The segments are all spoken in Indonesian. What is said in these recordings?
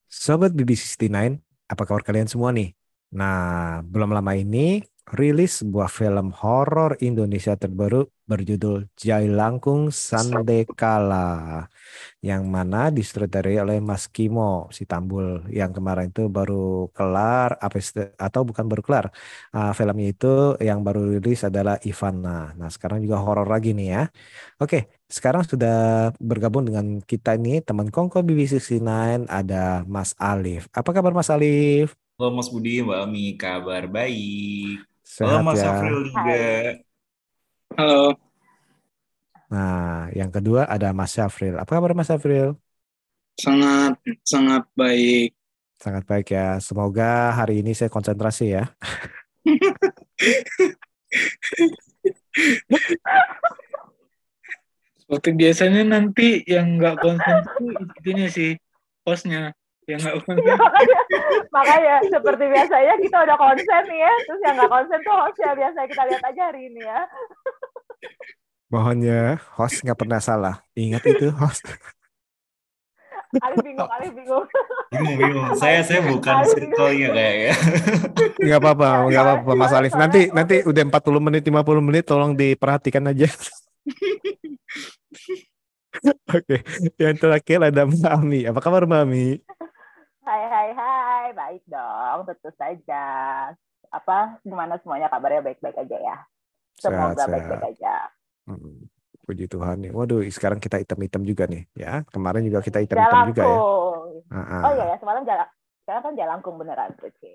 Sobat BB69, apa kabar kalian semua nih? Nah, belum lama ini rilis sebuah film horor Indonesia terbaru berjudul Jai Langkung Sandekala yang mana disutradarai oleh Mas Kimo si Tambul yang kemarin itu baru kelar atau bukan baru kelar. Filmnya itu yang baru rilis adalah Ivana. Nah, sekarang juga horor lagi nih ya. Oke, sekarang sudah bergabung dengan kita ini teman Kongko BB69 ada Mas Alif. Apa kabar Mas Alif? Halo Mas Budi, Mbak Ami, kabar baik. Halo Sehat Mas Afril ya. juga. Hai, Halo, Nah, yang kedua ada Mas Syafril. Apa kabar Mas Syafril? sangat sangat baik. Sangat baik ya. Semoga hari ini saya konsentrasi ya. Seperti biasanya nanti yang nggak konsen itu intinya sih hostnya yang nggak iya konsen. makanya seperti biasanya kita udah konsen nih ya, terus yang nggak konsen tuh hostnya biasa kita lihat aja hari ini ya. Mohonnya host nggak pernah salah. Ingat itu host. Alif bingung, Alif bingung, Bingung, bingung. Saya Alif, saya bukan Alif bingung. circle-nya kayaknya. Nggak apa-apa, Ya nggak soalnya, apa-apa Mas soalnya, Alif. soalnya Nanti nanti waktu udah 40 menit, 50 menit tolong diperhatikan aja. Oke, yang terakhir ada Mbak Ami. Apa kabar Mbak Ami? hai hai hai, baik dong, tentu saja. Apa gimana semuanya kabarnya baik-baik aja ya? Semoga baik-baik Sehat-sehat. aja. Puji Tuhan nih. Waduh, sekarang kita hitam-hitam juga nih, ya. Kemarin juga kita hitam-hitam juga ya. Jalangkung. Oh iya Ah, ya, semalam jalan, sekarang kan Jalangkung beneran, oke.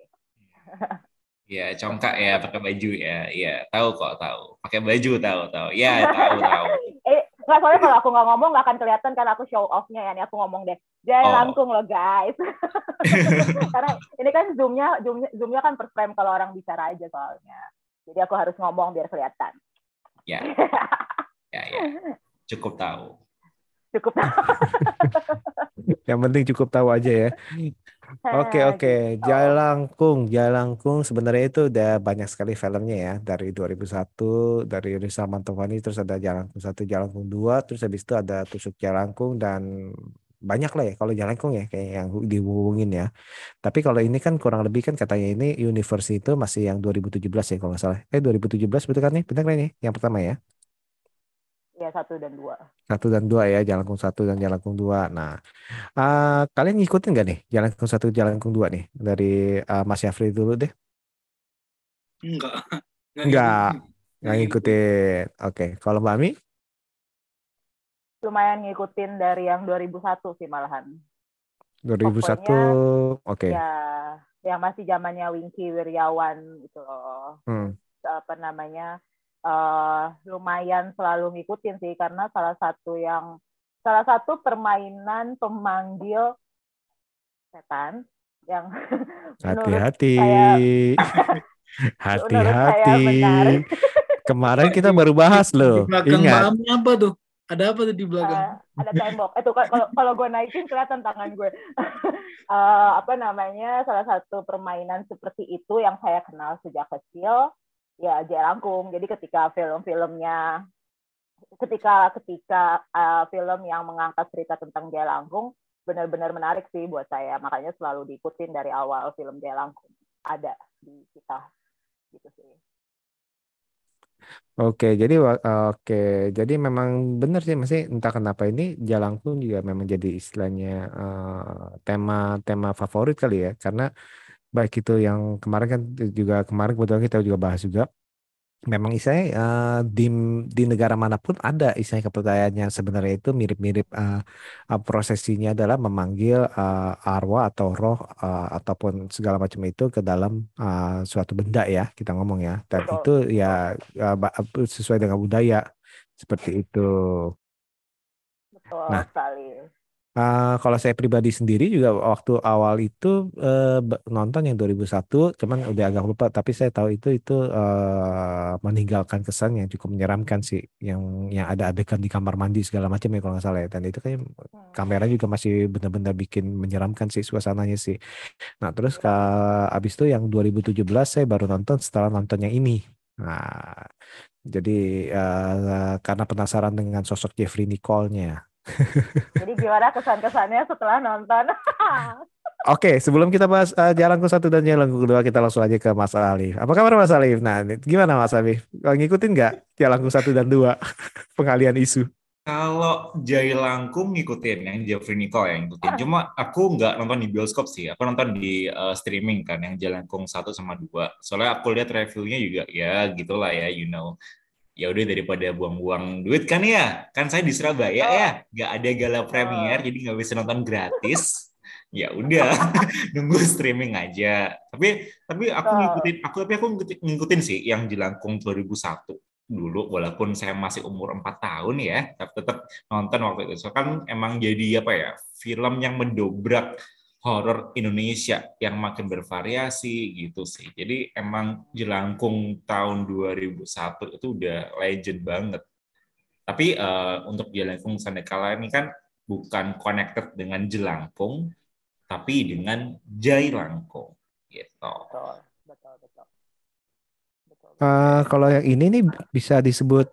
Ya, congkak ya, pakai baju ya. Iya, tahu kok, tahu. Pakai baju tahu, tahu. Ya, tahu, tahu. Nggak, soalnya kalau aku nggak ngomong nggak akan kelihatan kan aku show off-nya ya. Nih aku ngomong deh, Jaya Oh. Langkung loh guys. Karena ini kan zoomnya kan per frame kalau orang bicara aja soalnya. Jadi aku harus ngomong biar kelihatan. Ya, ya, ya. Cukup tahu. Cukup. yang penting cukup tahu aja ya. Oke, oke. Gitu. Jalangkung sebenarnya itu udah banyak sekali filmnya ya. Dari 2001, dari Risa Mantovani, terus ada Jalangkung satu, Jalangkung dua, terus habis itu ada Tusuk Jalangkung, dan banyak lah ya kalau Jalangkung ya kayak yang dihubungin ya. Tapi kalau ini kan kurang lebih kan katanya ini universe itu masih yang 2017 ya kalau nggak salah. 2017 betul kan nih? Benar kan ini? Yang pertama ya. Ya, 1 dan 2. Satu dan dua ya, Jalangkung satu dan Jalangkung dua. Nah, kalian ngikutin nggak nih Jalangkung satu, Jalangkung dua nih dari Mas Syafri dulu deh. Enggak, nggak Nggak, ngikutin, nggak nggak ngikutin. ngikutin. Oke, kalau Mbak Mi, Lumayan ngikutin dari yang 2001 sih malahan. 2001, Pokoknya oke. ya yang masih zamannya Wingky Wiryawan gitu loh. Hmm. Terus apa namanya, lumayan selalu ngikutin sih karena salah satu permainan pemanggil setan yang menurut Hati-hati, saya menurut hati-hati. saya menarik. Kemarin Pak, kita di, baru bahas di loh, belakang Mbak ingat. Ami apa tuh? Ada apa tuh di belakang? Ada tembok. Itu kalau gue naikin kelihatan tangan gue. Apa namanya, salah satu permainan seperti itu yang saya kenal sejak kecil ya Jelangkung. Jadi ketika film-filmnya ketika film yang mengangkat cerita tentang Jelangkung benar-benar menarik sih buat saya. Makanya selalu diikutin dari awal film Jelangkung ada di kita gitu sih. Oke, jadi memang benar sih, masih entah kenapa ini Jalangkung juga memang jadi istilahnya tema-tema favorit kali ya, karena baik itu yang kemarin kan juga kemarin kebetulan kita juga bahas juga. Memang istilahnya di negara manapun ada istilahnya kepercayaan yang sebenarnya itu mirip-mirip prosesinya adalah memanggil arwah atau roh ataupun segala macam itu ke dalam suatu benda ya kita ngomong ya, dan Betul, itu ya betul, sesuai dengan budaya seperti itu. betul Nah, sekali. kalau saya pribadi sendiri juga waktu awal itu nonton yang 2001, cuman udah agak lupa. Tapi saya tahu itu meninggalkan kesan yang cukup menyeramkan sih, yang ada adegan di kamar mandi segala macam ya kalau nggak salah ya. Dan itu kayak kamera juga masih benar-benar bikin menyeramkan sih suasananya sih. Nah terus Iya, abis itu yang 2017 saya baru nonton setelah nonton yang ini. Nah jadi karena penasaran dengan sosok Jeffrey Nicole-nya. jadi gimana kesan-kesannya setelah nonton? Oke, sebelum kita bahas Jalanku satu dan Jalanku kedua, kita langsung aja ke Mas Alif. Apa kabar Mas Alif? Nah, gimana Mas Alif? Ngikutin nggak Jalanku satu dan dua pengalian isu? Kalau Jai Langkung ngikutin, yang Jeffrey Nicole yang ngikutin. Cuma aku nggak nonton di bioskop sih. Aku nonton di streaming kan, yang Jai Langkung 1 sama 2. Soalnya aku lihat reviewnya juga, ya gitulah ya, you know. Ya udah daripada buang-buang duit kan ya. Kan saya di Surabaya ya, Oh, nggak ada gala premier, oh. jadi nggak bisa nonton gratis. Ya udah, nunggu streaming aja. Tapi aku Betul. ngikutin, aku ngikutin sih yang Jelangkung 2001 dulu, walaupun saya masih umur 4 tahun ya, tapi tetap nonton waktu itu. So kan emang jadi apa ya, film yang mendobrak horor Indonesia yang makin bervariasi gitu sih. Jadi emang Jelangkung tahun 2001 itu udah legend banget. Tapi untuk Jelangkung Sandekala ini kan bukan connected dengan Jelangkung, tapi dengan Jai Langkung gitu. Betul, betul, betul, betul, betul. Kalau yang ini nih bisa disebut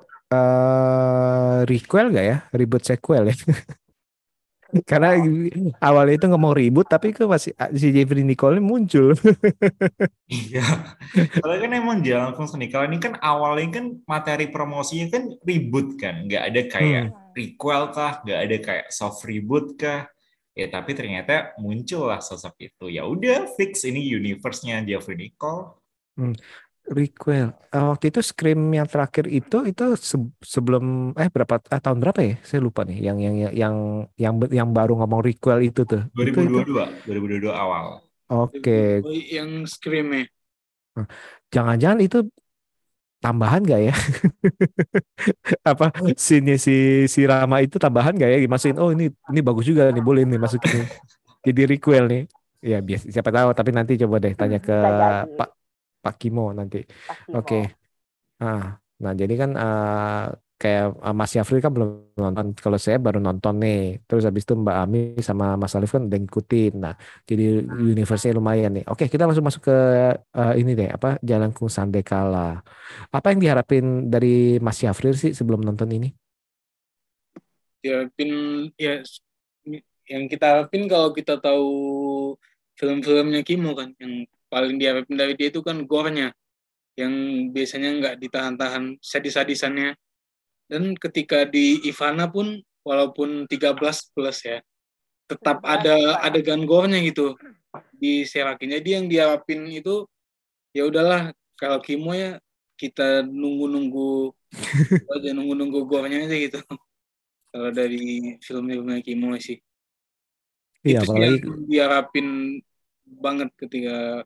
requel nggak ya? Reboot sequel ya? Karena Retail. awalnya itu ngomong ribut, tapi kok masih si Jeffrey Nicole ini muncul. Iya, soalnya kan emang Jelangkung Sandekala ini kan awalnya kan materi promosinya kan ribut kan, nggak ada kayak Hmm. Hmm. prequel kah, nggak ada kayak soft reboot kah. Ya tapi ternyata muncullah sosok itu. Ya udah fix ini universe-nya Jeffrey Nicole. Hmm. Requel. Waktu itu Scream yang terakhir itu sebelum berapa tahun berapa ya? Saya lupa nih. Yang baru ngomong requel itu tuh. Itu. 2022 awal. Oke. Yang Scream ya. Jangan-jangan itu tambahan gak ya? Apa si Rama itu tambahan gak ya? Dimasukin. Oh ini bagus juga nih. Boleh nih masukin nih. Jadi requel nih. Ya biasa siapa tahu. Tapi nanti coba deh tanya ke Bisa jadi Pak Pak Kimo nanti. Pak Oke. Kimo. Nah, jadi kan kayak Mas Yafri kan belum nonton. Kalau saya baru nonton nih. Terus habis itu Mbak Ami sama Mas Alif kan udah ngikutin. Nah, jadi universe-nya lumayan nih. Oke, kita langsung masuk ke ini deh, apa Jalanku Sandekala. Apa yang diharapin dari Mas Yafri sih sebelum nonton ini? Diharapin ya yang kita harapin kalau kita tahu film-filmnya Kimo kan, yang paling diharapin dari dia itu kan gore-nya, yang biasanya nggak ditahan-tahan sadis-sadisannya. Dan ketika di Ivana pun walaupun 13 plus ya, tetap 17 ada Pak. adegan gore-nya gitu di Serakin. Jadi yang diharapin itu ya udahlah, kalau Kimo ya kita nunggu-nunggu aja, nunggu-nunggu gore-nya aja gitu. Kalau dari film-filmnya Kimo sih. Iya, Itu sih apalagi yang diharapin banget ketika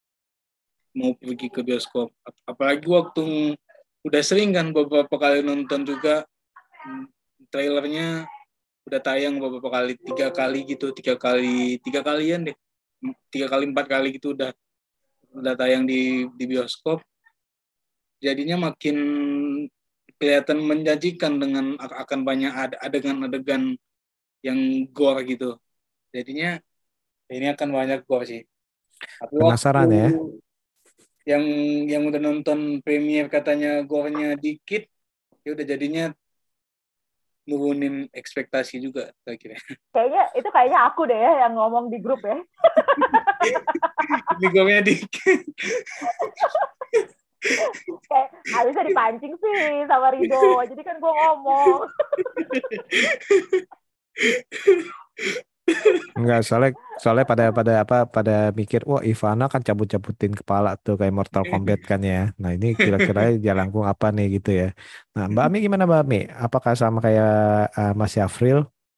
mau pergi ke bioskop. Apalagi waktu udah sering kan beberapa kali nonton juga, trailernya udah tayang beberapa kali, 3 kali gitu, 3 kalian deh, 3 kali 4 kali gitu udah tayang di bioskop. Jadinya makin kelihatan menjanjikan dengan akan banyak adegan-adegan yang gore gitu. Jadinya ini akan banyak gore sih. Tapi waktu penasaran ya. yang udah nonton premier katanya gore-nya dikit, ya udah jadinya nurunin ekspektasi juga kira-kira. Kayaknya aku deh ya yang ngomong di grup ya. Ini gore-nya dikit. Kayak nggak bisa dipancing sih sama Rido. Jadi kan gue ngomong. Enggak, soalnya pada mikir, wah Ivana kan cabut-cabutin kepala tuh kayak Mortal Kombat kan ya. Nah, ini kira-kira Jalangkung apa nih gitu ya. Nah, Mbak Ami gimana Mbak Ami? Apakah sama kayak Mas Yafril?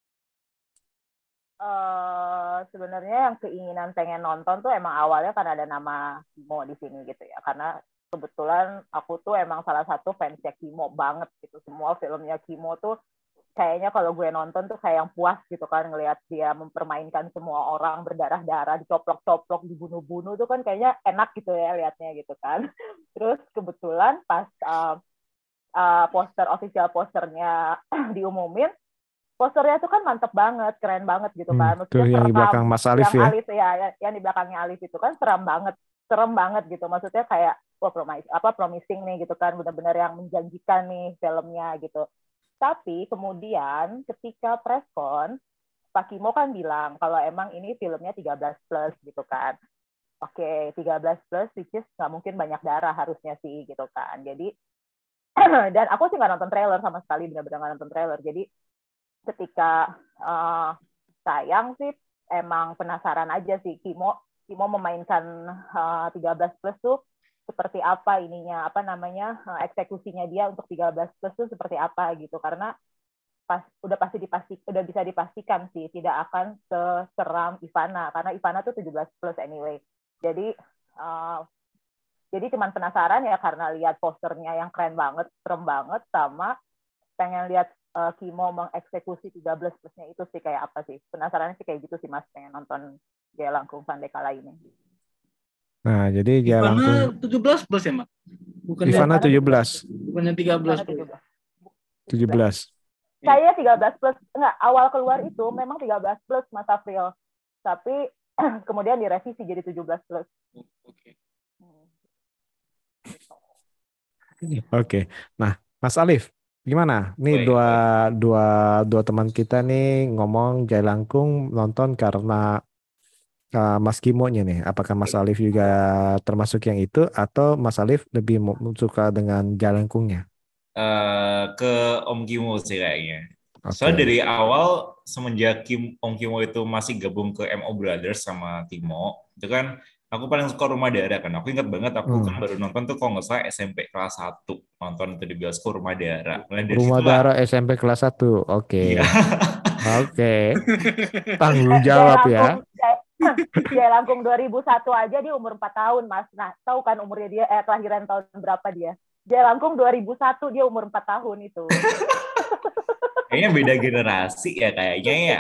Sebenarnya yang keinginan pengen nonton tuh emang awalnya kan ada nama Kimo di sini gitu ya. Karena kebetulan aku tuh emang salah satu fansnya Kimo banget gitu. Semua filmnya Kimo tuh kayaknya kalau gue nonton tuh kayak yang puas gitu kan ngelihat dia mempermainkan semua orang berdarah-darah, dicoplok-coplok, dibunuh-bunuh tuh kan kayaknya enak gitu ya liatnya gitu kan. Terus kebetulan pas official posternya diumumin, posternya tuh kan mantep banget, keren banget gitu kan. Tuh Maksudnya yang di belakang seram, Mas Alif yang ya. Alif ya, yang di belakangnya Alif itu kan serem banget gitu. Maksudnya kayak wah promising nih gitu kan, benar-benar yang menjanjikan nih filmnya gitu. Tapi kemudian ketika preskon Pak Kimo kan bilang kalau emang ini filmnya 13 plus gitu kan. Oke, 13 plus which is nggak mungkin banyak darah harusnya sih gitu kan. Jadi dan aku sih nggak nonton trailer sama sekali, benar-benar nggak nonton trailer. Jadi ketika sayang sih emang penasaran aja sih Kimo memainkan 13 plus tuh seperti apa ininya, apa namanya, eksekusinya dia untuk 13 plus tuh seperti apa gitu. Karena udah bisa dipastikan sih tidak akan seseram Ivana, karena Ivana tuh 17 plus anyway. Jadi cuman penasaran ya karena lihat posternya yang keren banget, serem banget, sama pengen lihat Kimo mengeksekusi 13 plusnya itu sih kayak apa sih. Penasarannya sih kayak gitu sih Mas, pengen nonton Jaya Langkung Sandekala ini. Nah, jadi Jaya Ivana Langkung 17 plus ya, Mak? Bukannya Ivana 17. Bukannya 13 plus. 17. Saya 13 plus, enggak, awal keluar itu memang 13 plus Mas Afril. Tapi kemudian direvisi jadi 17 plus. Oke. Oke. Nah, Mas Alif, gimana? Nih Baik, baik. dua teman kita nih ngomong Jaya Langkung nonton karena Mas Kimonya nih. Apakah Mas Alif juga termasuk yang itu atau Mas Alif lebih suka dengan Jaya Langkungnya? Ke Om Kimo sih kayaknya. Soalnya Oke. dari awal semenjak Om Kimo itu masih gabung ke MO Brothers sama Timo, itu kan aku paling suka Rumah Darah kan. Aku ingat banget aku kan Hmm. baru nonton tuh kalau nggak salah SMP kelas 1 nonton itu di bioskop Rumah Darah. Mulai dari Rumah situlah. Darah SMP kelas 1. Iya. Oke. Oke. Tanggung Jaya jawab Langkung, ya. Jaya Langkung 2001 aja dia umur 4 tahun, Mas. Nah, tahu kan umurnya dia, kelahiran tahun berapa dia? Jaya Langkung 2001 dia umur 4 tahun itu. Kayaknya beda generasi ya kayaknya ya.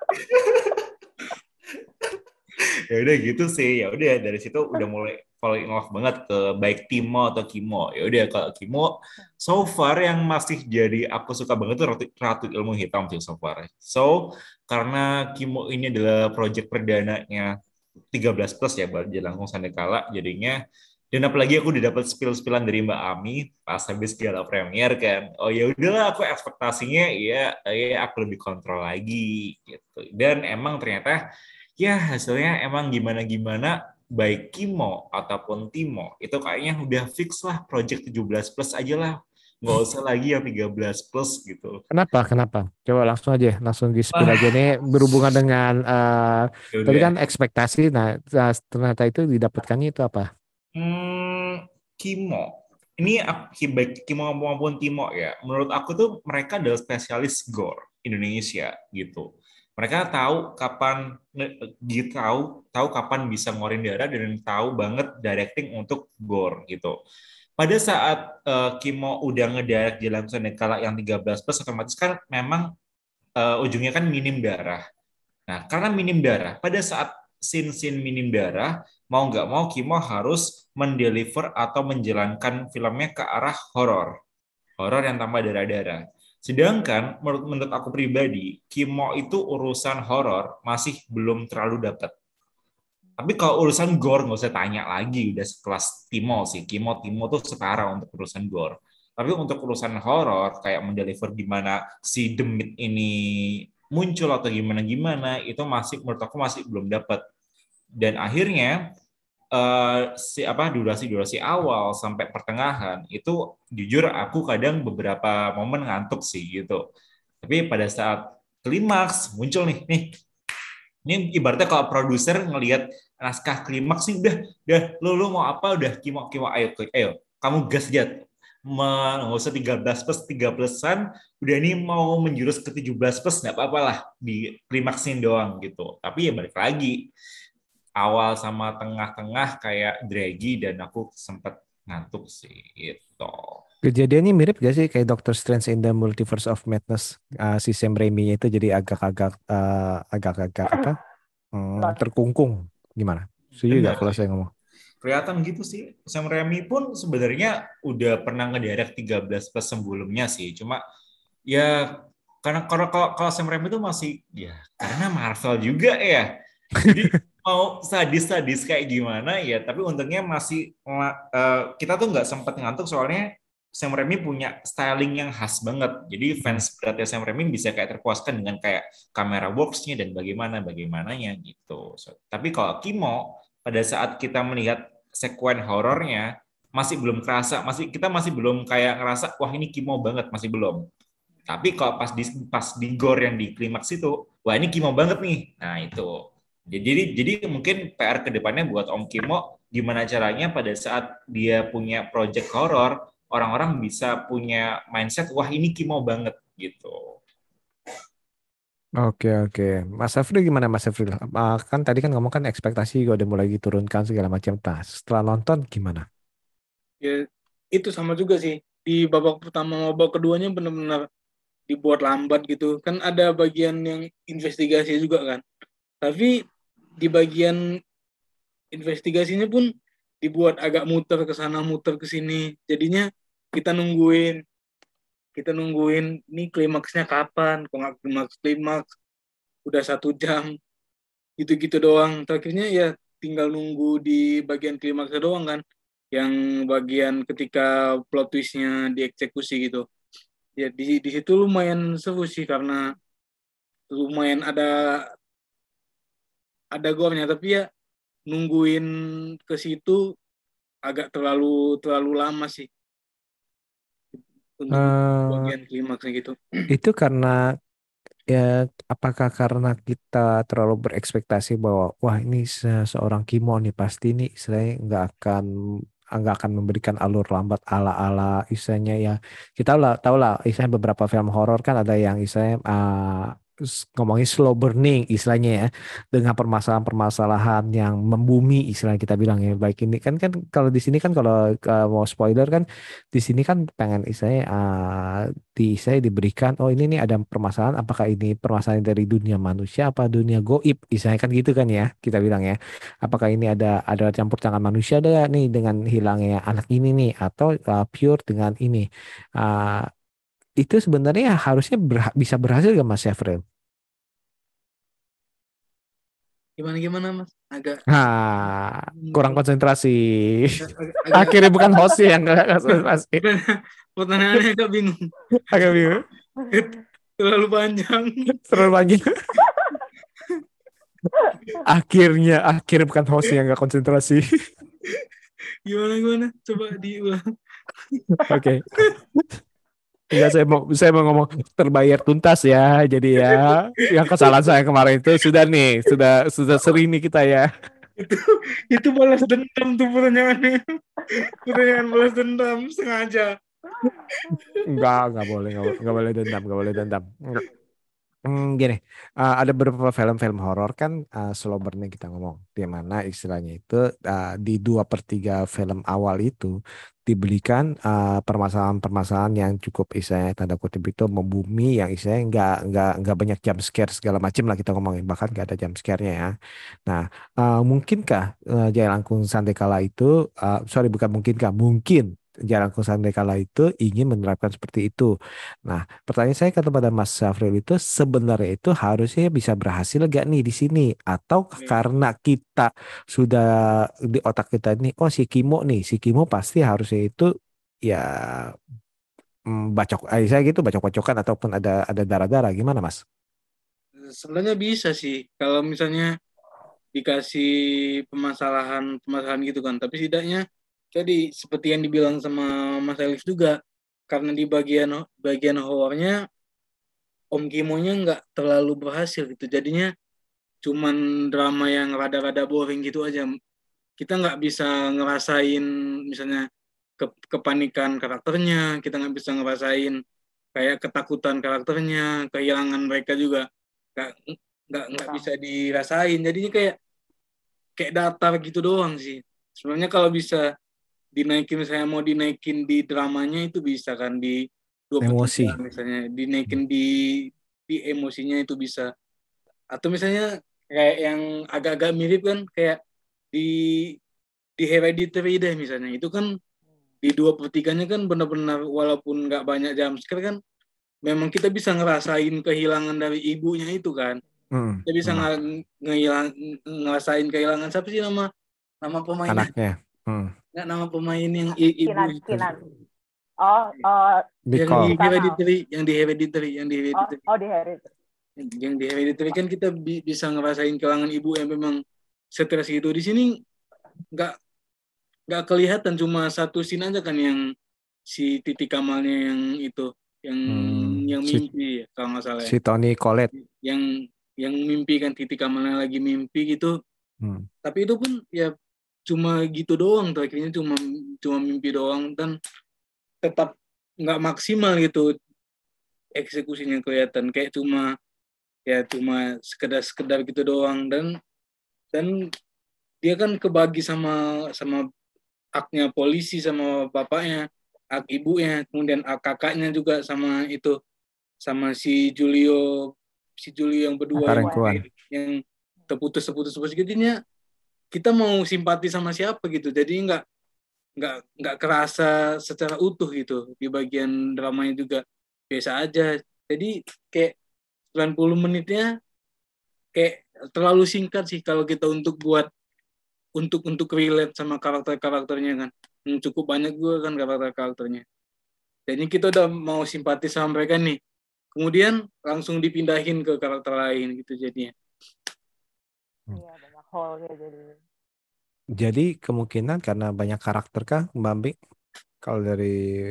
Ya udah gitu sih. Ya udah dari situ udah mulai fall in love banget ke baik Timo atau Kimo. Ya udah kalau Kimo so far yang masih jadi aku suka banget tuh Ratu Ilmu Hitam sih so far. So karena Kimo ini adalah project perdananya 13 plus ya Jelangkung Sandekala jadinya, dan apalagi aku udah dapat spill-spillan dari Mbak Ami pas habis gala premier kan. Oh ya udahlah aku ekspektasinya ya aku lebih kontrol lagi gitu. Dan emang ternyata ya hasilnya emang gimana-gimana baik Kimo ataupun Timo itu kayaknya udah fix lah project 17 plus aja lah. Nggak usah lagi yang 13 plus gitu. Kenapa? Kenapa? Coba langsung aja, langsung di-spill aja. Ah, Ini berhubungan dengan ya tadi udah. kan ekspektasi. Nah, ternyata itu didapatkannya itu apa? Kimo. Ini baik Kimo maupun Timo ya. Menurut aku tuh mereka adalah spesialis gore Indonesia gitu. Mereka tahu kapan tahu kapan bisa ngeluarin darah dan tahu banget directing untuk gore gitu. Pada saat Kimo udah ngedirect Jalan Sandekala yang 13 plus otomatis kan memang ujungnya kan minim darah. Nah, karena minim darah, pada saat scene-scene minim darah, mau nggak mau Kimo harus mendeliver atau menjalankan filmnya ke arah horor. Horor yang tambah darah-darah. Sedangkan menurut aku pribadi, Kimo itu urusan horor masih belum terlalu dapat. Tapi kalau urusan gore nggak usah tanya lagi, udah sekelas Timo sih. Timo tuh setara untuk urusan gore. Tapi untuk urusan horor, kayak mendeliver gimana si demit ini muncul atau gimana-gimana, itu masih menurut aku masih belum dapat. Dan akhirnya durasi awal sampai pertengahan itu jujur aku kadang beberapa momen ngantuk sih gitu. Tapi pada saat klimaks muncul nih ini ibaratnya kalau produser ngelihat naskah klimaks nih udah lu mau apa udah kimo ayo kamu gas aja nggak usah 13 plus 13-an udah ini mau menjurus ke 17 plus nggak apa-apa lah di klimaksin doang gitu. Tapi ya balik lagi awal sama tengah-tengah kayak draggy dan aku sempat ngantuk sih gitu. Kejadiannya mirip gak sih kayak Doctor Strange in the Multiverse of Madness? Si Sam Raimi itu jadi agak-agak apa? Terkungkung. Gimana? Setuju gak Bener kalau sih. saya ngomong? Kelihatan gitu sih. Sam Raimi pun sebenarnya udah pernah ngedirect 13 plus sebelumnya sih. Cuma ya karena kalau Sam Raimi itu masih ya karena Marvel juga ya. Jadi mau sadis-sadis kayak gimana ya, tapi untungnya masih kita tuh nggak sempat ngantuk soalnya Sam Raimi punya styling yang khas banget. Jadi fans beratnya Sam Raimi bisa kayak terpuaskan dengan kayak kamera works-nya dan bagaimananya gitu. Tapi kalau Kimo, pada saat kita melihat sekuen horornya masih belum kerasa, kita masih belum kayak ngerasa wah ini Kimo banget, masih belum. Tapi kalau pas di gore yang di klimaks itu, wah ini Kimo banget nih. Nah itu. Jadi mungkin PR kedepannya buat Om Kimo, gimana caranya pada saat dia punya project horor, orang-orang bisa punya mindset, wah ini Kimo banget gitu. Oke, oke. Mas Afri gimana Mas Afri? Kan tadi kan ngomong kan ekspektasi juga udah mulai diturunkan segala macam. Nah, setelah nonton gimana? Ya itu sama juga sih, di babak pertama babak keduanya benar-benar dibuat lambat gitu kan, ada bagian yang investigasi juga kan, tapi di bagian investigasinya pun dibuat agak muter ke sana muter ke sini, jadinya kita nungguin kita nungguin nih klimaksnya kapan, kok nggak klimaks udah 1 jam gitu-gitu doang. Terakhirnya ya tinggal nunggu di bagian klimaksnya doang kan, yang bagian ketika plot twistnya dieksekusi gitu. Ya di situ lumayan seru sih, karena lumayan ada gore-nya, tapi ya nungguin ke situ agak terlalu terlalu lama sih untuk Eh, bagian klimaksnya gitu. itu karena ya apakah karena kita terlalu berekspektasi bahwa wah ini seorang Kimo nih pasti nih saya nggak akan memberikan alur lambat ala-ala istilahnya ya kita tahu lah istilahnya beberapa film horor kan ada yang istilahnya ngomongin slow burning istilahnya ya dengan permasalahan-permasalahan yang membumi istilahnya kita bilang ya baik ini kan kalau di sini kan kalau mau spoiler kan di sini kan pengen istilahnya saya diberikan oh ini nih ada permasalahan apakah ini permasalahan dari dunia manusia apa dunia goib istilahnya kan gitu kan ya kita bilang ya apakah ini ada campur tangan manusia ada nih dengan hilangnya anak ini nih atau pure dengan ini. Uh, itu sebenarnya harusnya bisa berhasil gak Mas Syafril? Gimana gimana Mas? Agak Kurang konsentrasi. agak Akhirnya bukan host yang nggak konsentrasi. pertanyaannya agak bingung. Agak bingung. Terlalu panjang. Terlalu panjang. akhirnya bukan host yang nggak konsentrasi. Gimana? Coba diulang. Oke. Enggak, saya mau ngomong terbayar tuntas ya. Jadi ya, yang kesalahan saya kemarin itu sudah nih, sudah sering nih kita ya. itu balas dendam tuh pertanyaannya. Pertanyaan balas dendam sengaja. Enggak boleh, enggak boleh dendam, enggak boleh dendam. Enggak. Gini, ada beberapa film-film horor kan slow burn yang kita ngomong, di mana istilahnya itu di 2/3 film awal itu diberikan permasalahan-permasalahan yang cukup istilahnya tanda kutip itu membumi yang istilahnya nggak banyak jump scare segala macam lah kita ngomongin bahkan nggak ada jump scare-nya ya. Nah, mungkinkah Jaya Langkung Sandekala itu sorry bukan mungkinkah mungkin Jaya Langkung Sandekala itu ingin menerapkan seperti itu. Nah, pertanyaan saya kepada Mas Safril itu sebenarnya itu harusnya bisa berhasil gak nih di sini atau karena kita sudah di otak kita ini oh si Kimo pasti harusnya itu ya saya gitu bacok-bacokan ataupun ada darah-darah gimana Mas? Sebenarnya bisa sih kalau misalnya dikasih permasalahan gitu kan, tapi setidaknya tadi seperti yang dibilang sama Mas Elif juga, karena di bagian horornya Om Kimonya nggak terlalu berhasil gitu, jadinya cuman drama yang rada-rada boring gitu aja. Kita nggak bisa ngerasain misalnya kepanikan karakternya, kita nggak bisa ngerasain kayak ketakutan karakternya, kehilangan mereka juga nggak nggak bisa dirasain, jadinya kayak datar gitu doang sih. Sebenarnya kalau bisa dinaikin, saya mau dinaikin di dramanya itu bisa kan, di 2/3 Emosi. misalnya dinaikin di emosinya itu bisa, atau misalnya kayak yang agak-agak mirip kan kayak di Hereditary deh misalnya, itu kan di 2/3-nya kan benar-benar walaupun nggak banyak jumpscare kan memang kita bisa ngerasain kehilangan dari ibunya itu kan, kita bisa ngerasain kehilangan siapa sih nama pemainnya, Anaknya. nggak nama pemain yang ibu Kinan. Oh, Yang Nicole. di di kanal. Hereditary, Oh, di Harry. yang di Hereditary kan kita bisa ngerasain kehilangan ibu yang memang stres gitu. Di sini nggak kelihatan, cuma satu scene aja kan yang si Titi Kamalnya yang Si, mimpi ya, kalau nggak salah ya. si Toni Collette. Yang mimpi kan, Titi Kamalnya lagi mimpi gitu. Tapi itu pun ya cuma gitu doang, terakhirnya cuma mimpi doang, dan tetap nggak maksimal gitu eksekusinya, kelihatan kayak cuma sekedar gitu doang. Dan dia kan kebagi sama haknya polisi sama bapaknya, hak ibunya, kemudian hak kakaknya juga sama si Julio yang berdua Karengkuan. yang terputus jadinya kita mau simpati sama siapa gitu, jadi nggak kerasa secara utuh gitu. Di bagian dramanya juga biasa aja, jadi kayak 90 menitnya kayak terlalu singkat sih kalau kita untuk relate sama karakternya kan. Cukup banyak juga kan karakternya. Jadi kita udah mau simpati sama mereka nih, kemudian langsung dipindahin ke karakter lain gitu jadinya. Iya, banyak hole ya jadi. Jadi kemungkinan karena banyak karakter kah, Mbak Ambi? Kalau dari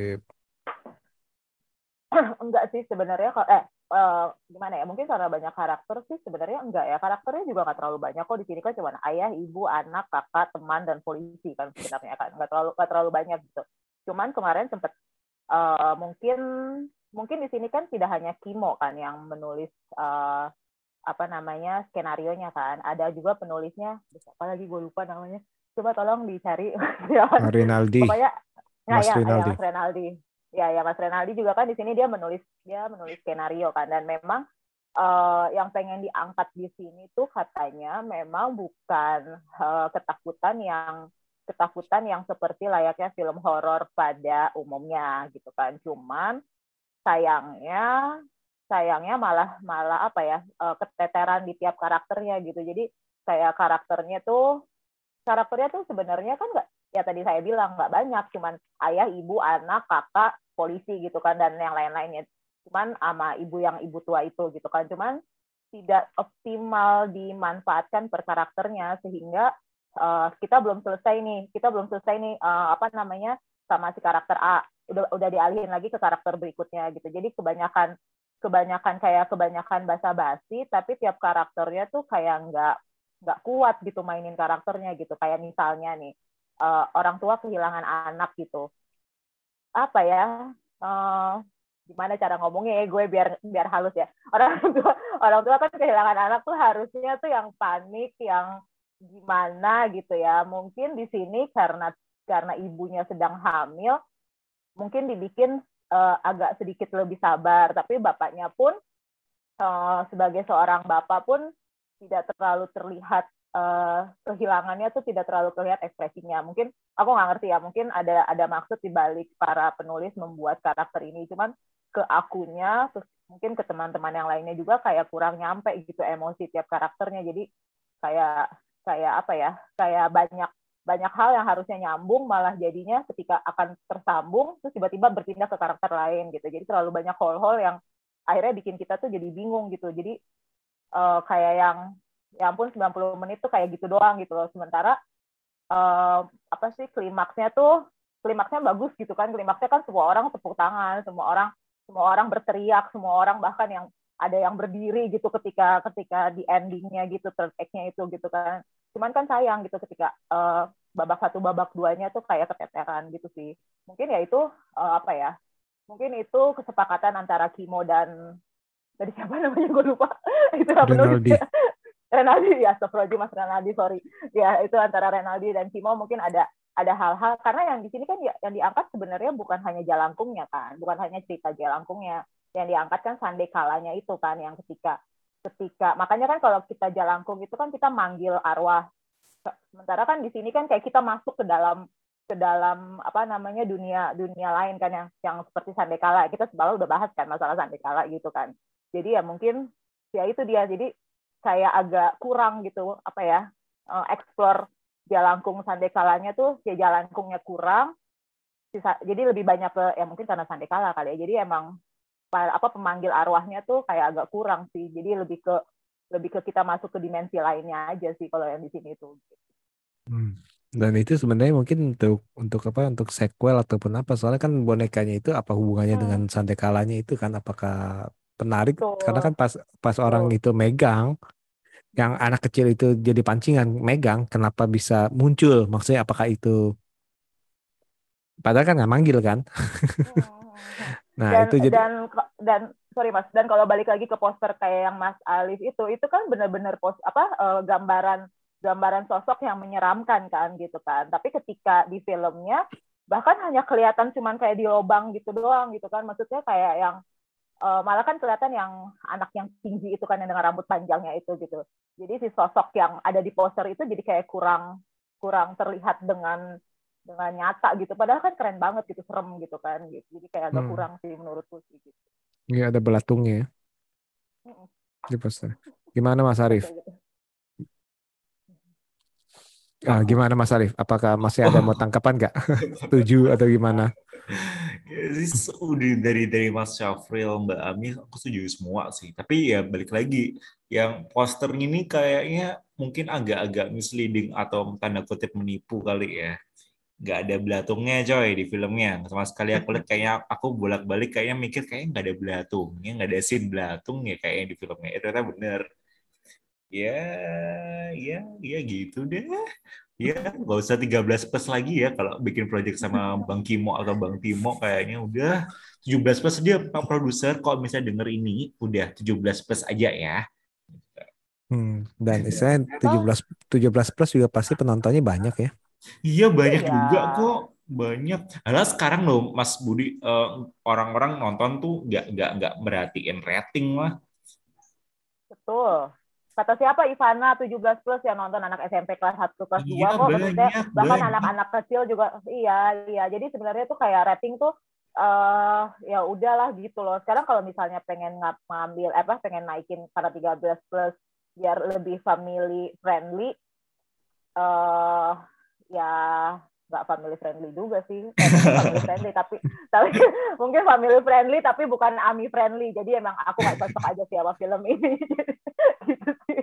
Enggak sih sebenarnya, gimana ya, mungkin karena banyak karakter sih sebenarnya enggak ya, karakternya juga nggak terlalu banyak kok. Di sini kan cuma ayah, ibu, anak, kakak, teman, dan polisi kan sebenarnya kan, nggak terlalu banyak gitu. Cuman kemarin sempet mungkin di sini kan tidak hanya Kimo kan yang menulis skenarionya kan, ada juga penulisnya, apa lagi gue lupa namanya, coba tolong dicari. Rinaldi, Pokoknya Mas Rinaldi. Mas Renaldi. Ya Mas Renaldi juga kan di sini dia menulis skenario kan, dan memang yang pengen diangkat di sini tuh katanya memang bukan ketakutan yang seperti layaknya film horor pada umumnya gitu kan. Cuman sayangnya malah apa ya, keteteran di tiap karakternya gitu. Jadi kayak karakternya tuh sebenarnya kan nggak, ya tadi saya bilang nggak banyak, cuman ayah, ibu, anak, kakak, polisi gitu kan, dan yang lain-lainnya. Cuman sama ibu tua itu gitu kan, cuman tidak optimal dimanfaatkan per karakternya, sehingga kita belum selesai nih sama si karakter A, udah dialihin lagi ke karakter berikutnya gitu. Jadi kebanyakan basa-basi, tapi tiap karakternya tuh kayak nggak kuat gitu mainin karakternya gitu. Kayak misalnya nih, orang tua kehilangan anak gitu, apa ya, gimana cara ngomongnya ya gue biar halus ya. Orang tua kan kehilangan anak tuh harusnya tuh yang panik, yang gimana gitu ya. Mungkin di sini karena ibunya sedang hamil, mungkin dibikin agak sedikit lebih sabar, tapi bapaknya pun sebagai seorang bapak pun tidak terlalu terlihat, kehilangannya tuh tidak terlalu terlihat ekspresinya. Mungkin aku nggak ngerti ya, mungkin ada maksud di balik para penulis membuat karakter ini, cuman ke akunya, terus mungkin ke teman-teman yang lainnya juga kayak kurang nyampe gitu emosi tiap karakternya. Jadi kayak apa ya, kayak banyak hal yang harusnya nyambung, malah jadinya ketika akan tersambung terus tiba-tiba berpindah ke karakter lain gitu. Jadi terlalu banyak hole-hole yang akhirnya bikin kita tuh jadi bingung gitu. Jadi kayak yang ya ampun 90 menit tuh kayak gitu doang gitu loh. Sementara klimaksnya bagus gitu kan. Klimaksnya kan semua orang tepuk tangan, semua orang berteriak, semua orang bahkan yang ada yang berdiri gitu ketika di endingnya gitu, third act-nya itu gitu kan. Cuman kan sayang gitu ketika babak 1 babak 2-nya tuh kayak keteteran gitu sih. Mungkin ya itu mungkin itu kesepakatan antara Kimo dan tadi siapa namanya gue lupa. Itu Rinaldi. Renaldi ya, Mas Renaldi, sorry. Ya, itu antara Renaldi dan Kimo mungkin ada hal-hal, karena yang di sini kan yang diangkat sebenarnya bukan hanya Jalangkungnya kan, bukan hanya cerita Jalangkungnya. Yang diangkat kan Sandekalanya itu kan, yang ketika makanya kan kalau kita Jalangkung itu kan kita manggil arwah. Sementara kan di sini kan kayak kita masuk ke dalam dunia lain kan, yang seperti Sandekala. Kita sebelumnya udah bahas kan masalah Sandekala gitu kan. Jadi ya mungkin ya itu dia. Jadi kayak agak kurang gitu explore Jalangkung Sandekalanya tuh, ya Jalangkungnya kurang. jadi lebih banyak ke ya mungkin karena Sandekala kali ya. Jadi emang pemanggil arwahnya tuh kayak agak kurang sih. Jadi lebih ke kita masuk ke dimensi lainnya aja sih kalau yang di sini tuh. Dan itu sebenarnya mungkin untuk apa, untuk sequel ataupun apa, soalnya kan bonekanya itu apa hubungannya dengan Sandekalanya itu kan, apakah penarik karena kan pas orang itu megang, yang anak kecil itu jadi pancingan megang, kenapa bisa muncul, maksudnya apakah itu padahal kan nggak manggil kan. Nah dan, itu jadi dan sorry Mas, dan kalau balik lagi ke poster kayak yang Mas Alif itu kan benar-benar gambaran sosok yang menyeramkan kan gitu kan. Tapi ketika di filmnya bahkan hanya kelihatan cuman kayak di lubang gitu doang gitu kan. Maksudnya kayak yang malah kan kelihatan yang anak yang tinggi itu kan, yang dengan rambut panjangnya itu gitu. Jadi si sosok yang ada di poster itu jadi kayak kurang terlihat dengan nyata gitu. Padahal kan keren banget gitu, serem gitu kan gitu. Jadi kayak agak kurang sih menurutku sih gitu. Iya, ada belatungnya ya di poster. Gimana Mas Arif? Gimana Mas Arif? Apakah masih ada mau tangkapan nggak? Setuju atau gimana? Dari Mas Syafril, Mbak Ami, aku setuju semua sih. Tapi ya balik lagi, yang poster ini kayaknya mungkin agak-agak misleading atau tanda kutip menipu kali ya. Nggak ada belatungnya coy di filmnya. Sama sekali aku lihat kayaknya, aku bolak-balik kayaknya mikir kayaknya nggak ada belatungnya, nggak ada scene belatung ya kayaknya di filmnya. Itu ternyata bener. Ya gitu deh. Ya, nggak usah 13 plus lagi ya kalau bikin project sama Bang Kimo atau Bang Timo, kayaknya udah 17 plus. Dia Pak Produser kalau misalnya denger ini udah 17 plus aja ya. Dan istilahnya 17 plus juga pasti penontonnya banyak ya. Iya banyak juga kok, banyak. Alah sekarang loh Mas Budi, orang-orang nonton tuh nggak merhatiin rating lah. Betul. Kata siapa, Ivana 17 plus yang nonton anak SMP kelas 1 kelas 2 Iya, kok. Maksudnya bahkan banyak. anak-anak kecil juga iya. Jadi sebenarnya tuh kayak rating tuh ya udahlah gitu loh. Sekarang kalau misalnya pengen pengen naikin karena 13 plus biar lebih family friendly, ya nggak family friendly juga sih. Mungkin family friendly tapi mungkin family friendly tapi bukan Ami friendly. Jadi emang aku nggak cocok aja sih sama film ini. Gitu sih.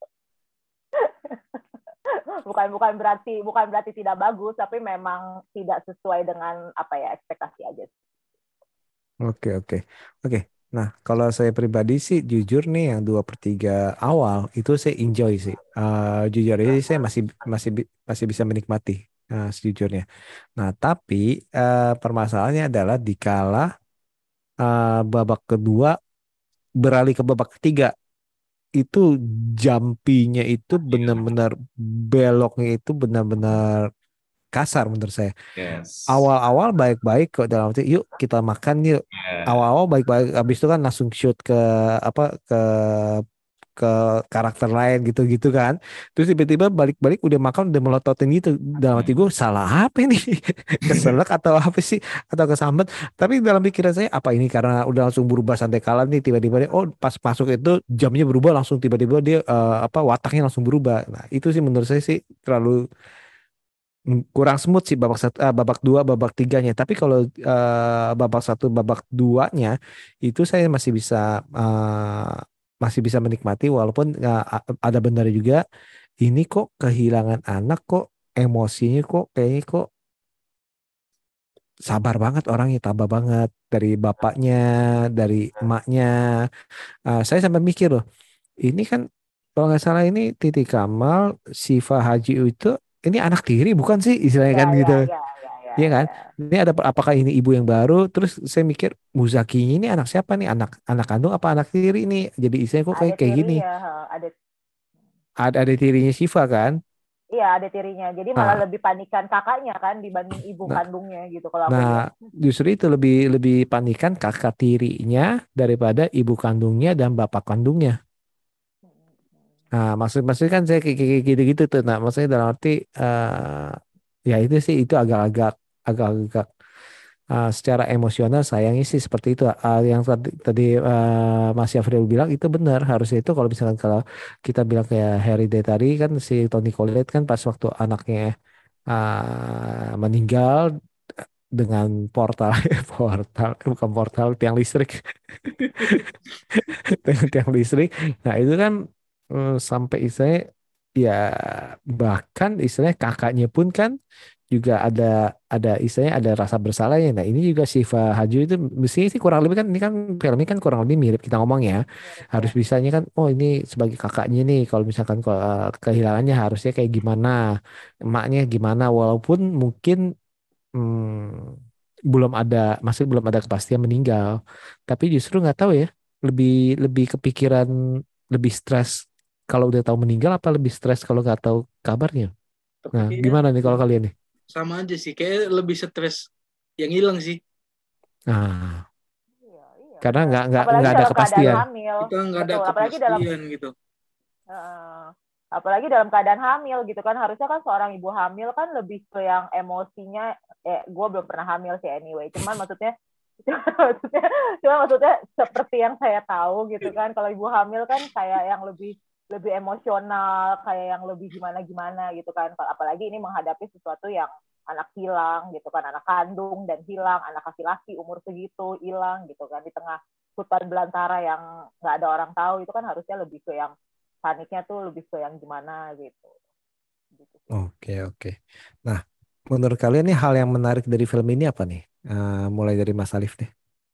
bukan berarti tidak bagus, tapi memang tidak sesuai dengan ekspektasi aja. Oke. Nah, kalau saya pribadi sih jujur nih yang 2/3 awal itu saya enjoy sih. Jujur aja saya masih bisa menikmati sejujurnya. Nah, tapi permasalahannya adalah dikala babak kedua beralih ke babak ketiga, itu jampinya itu benar-benar beloknya itu benar-benar kasar menurut saya. Yes. Awal-awal baik-baik kok, dalam arti yuk kita makan yuk. Awal-awal baik-baik, habis itu kan langsung shoot ke ke karakter lain gitu-gitu kan. Terus tiba-tiba balik-balik udah makan udah melototin gitu. Dalam hati gue salah apa ini? Keselak atau apa sih? Atau kesambet? Tapi dalam pikiran saya apa ini karena udah langsung berubah santai kalah nih, tiba-tiba dia, oh pas masuk itu jamnya berubah langsung, tiba-tiba dia wataknya langsung berubah. Nah, itu sih menurut saya sih terlalu kurang smooth sih babak dua, babak tiganya. Tapi kalau babak satu, babak duanya itu saya masih bisa menikmati, walaupun ada benar juga ini kok kehilangan anak kok emosinya kok kayaknya kok sabar banget orangnya, tabah banget dari bapaknya, dari emaknya. Saya sampai mikir loh, ini kan kalau nggak salah ini Titi Kamal, Syifa Haji itu ini anak tiri bukan sih istilahnya kan gitu. Iya kan? Ini apakah ini ibu yang baru? Terus saya mikir Muzaki ini anak siapa nih? Anak kandung apa anak tiri nih? Jadi istilahnya kok kayak gini. Ada tirinya Syifa kan? Iya, ada tirinya. Jadi malah lebih panikan kakaknya kan dibanding ibu kandungnya gitu kalau aku lihat. Justru itu lebih panikan kakak tirinya daripada ibu kandungnya dan bapak kandungnya. Nah, maksudnya kan saya kayak gitu-gitu tuh. Nah, maksudnya dalam arti ya itu sih, itu agak-agak secara emosional sayangnya sih seperti itu. Yang tadi Mas Yafril bilang itu benar. Harusnya itu kalau misalkan kalau kita bilang kayak Hereditary kan, si Toni Collette kan pas waktu anaknya meninggal, dengan portal portal bukan portal tiang listrik dengan tiang listrik. Nah itu kan sampai istilahnya ya bahkan istilahnya kakaknya pun kan juga ada istilahnya ada rasa bersalahnya. Nah ini juga Siva Haju itu mestinya sih kurang lebih kan ini kan film ini kan kurang lebih mirip kita ngomong ya. Mirip Harus ya. bisanya kan oh ini sebagai kakaknya nih kalau misalkan kehilangannya harusnya kayak gimana, emaknya gimana walaupun mungkin belum ada masih belum ada kepastian meninggal. Tapi justru nggak tahu ya lebih lebih kepikiran lebih stres kalau udah tahu meninggal apa lebih stres kalau nggak tahu kabarnya. Tapi Nah, kayaknya gimana nih kalau kalian nih? sama aja sih, kayak lebih stres yang hilang sih. Nah, Iya, iya karena benar. nggak Apalagi nggak ada dalam keadaan kepastian. hamil. Kita nggak ada Betul, kepastian gitu. eh, apalagi dalam keadaan hamil gitu kan. Harusnya kan seorang ibu hamil kan lebih ke yang emosinya gue belum pernah hamil sih anyway. Cuman maksudnya maksudnya maksudnya seperti yang saya tahu gitu kan, kalau ibu hamil kan kayak yang lebih lebih emosional, kayak yang lebih gimana gimana gitu kan. Apalagi ini menghadapi sesuatu yang anak hilang gitu kan, anak kandung dan hilang, anak laki-laki umur segitu hilang gitu kan di tengah hutan belantara yang nggak ada orang tahu. Itu kan harusnya lebih ke yang paniknya tuh lebih ke yang gimana gitu. Gitu sih. Oke, oke. Nah, menurut kalian nih hal yang menarik dari film ini apa nih? Mulai dari Mas Alif deh.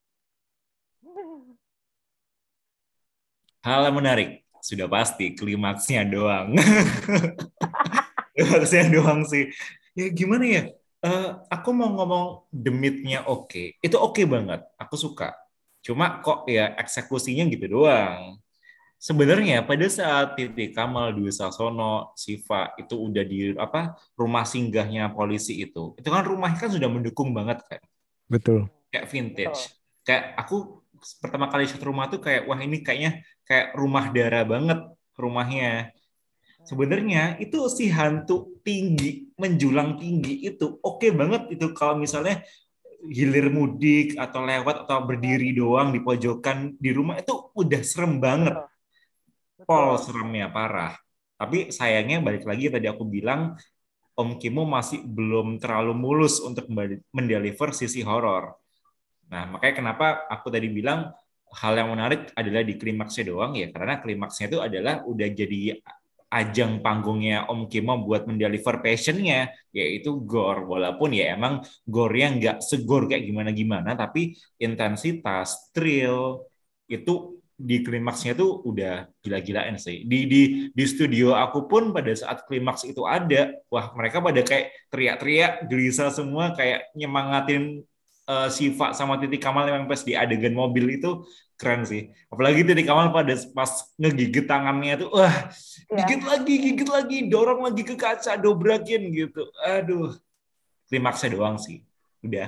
Hal yang menarik sudah pasti klimaksnya doang. Klimaksnya doang sih. Ya gimana ya? Aku mau ngomong demitnya oke. Itu oke banget. Aku suka. Cuma kok ya eksekusinya gitu doang. Sebenarnya pada saat Titi Kamal, Dwi Sasono, Siva itu udah di apa rumah singgahnya polisi itu kan rumahnya kan sudah mendukung banget kan, Betul. kayak vintage. Betul. Kayak aku pertama kali lihat rumah tuh kayak wah ini kayaknya kayak rumah darah banget rumahnya. Sebenarnya itu si hantu tinggi menjulang tinggi itu oke banget itu kalau misalnya hilir mudik atau lewat atau berdiri doang di pojokan di rumah itu udah serem banget. Betul. Pol Betul. seremnya parah. Tapi sayangnya balik lagi tadi aku bilang Om Kimo masih belum terlalu mulus untuk mendeliver sisi horor. Nah, makanya kenapa aku tadi bilang hal yang menarik adalah di klimaksnya doang ya, karena klimaksnya itu adalah udah jadi ajang panggungnya Om Kimo buat mendeliver passionnya, yaitu gore. Walaupun ya emang gore-nya nggak segor kayak gimana-gimana, tapi intensitas, thrill, itu di klimaksnya tuh udah gila-gilaan sih. Di studio aku pun pada saat klimaks itu ada, wah mereka pada kayak teriak-teriak, gelisah semua, kayak nyemangatin Siva sama Titi Kamal yang pas di adegan mobil itu keren sih. Apalagi Titi Kamal pada pas ngegigit tangannya tuh, wah Ya. gigit lagi, dorong lagi ke kaca, dobrakin gitu. Aduh, klimaksnya doang sih. Udah.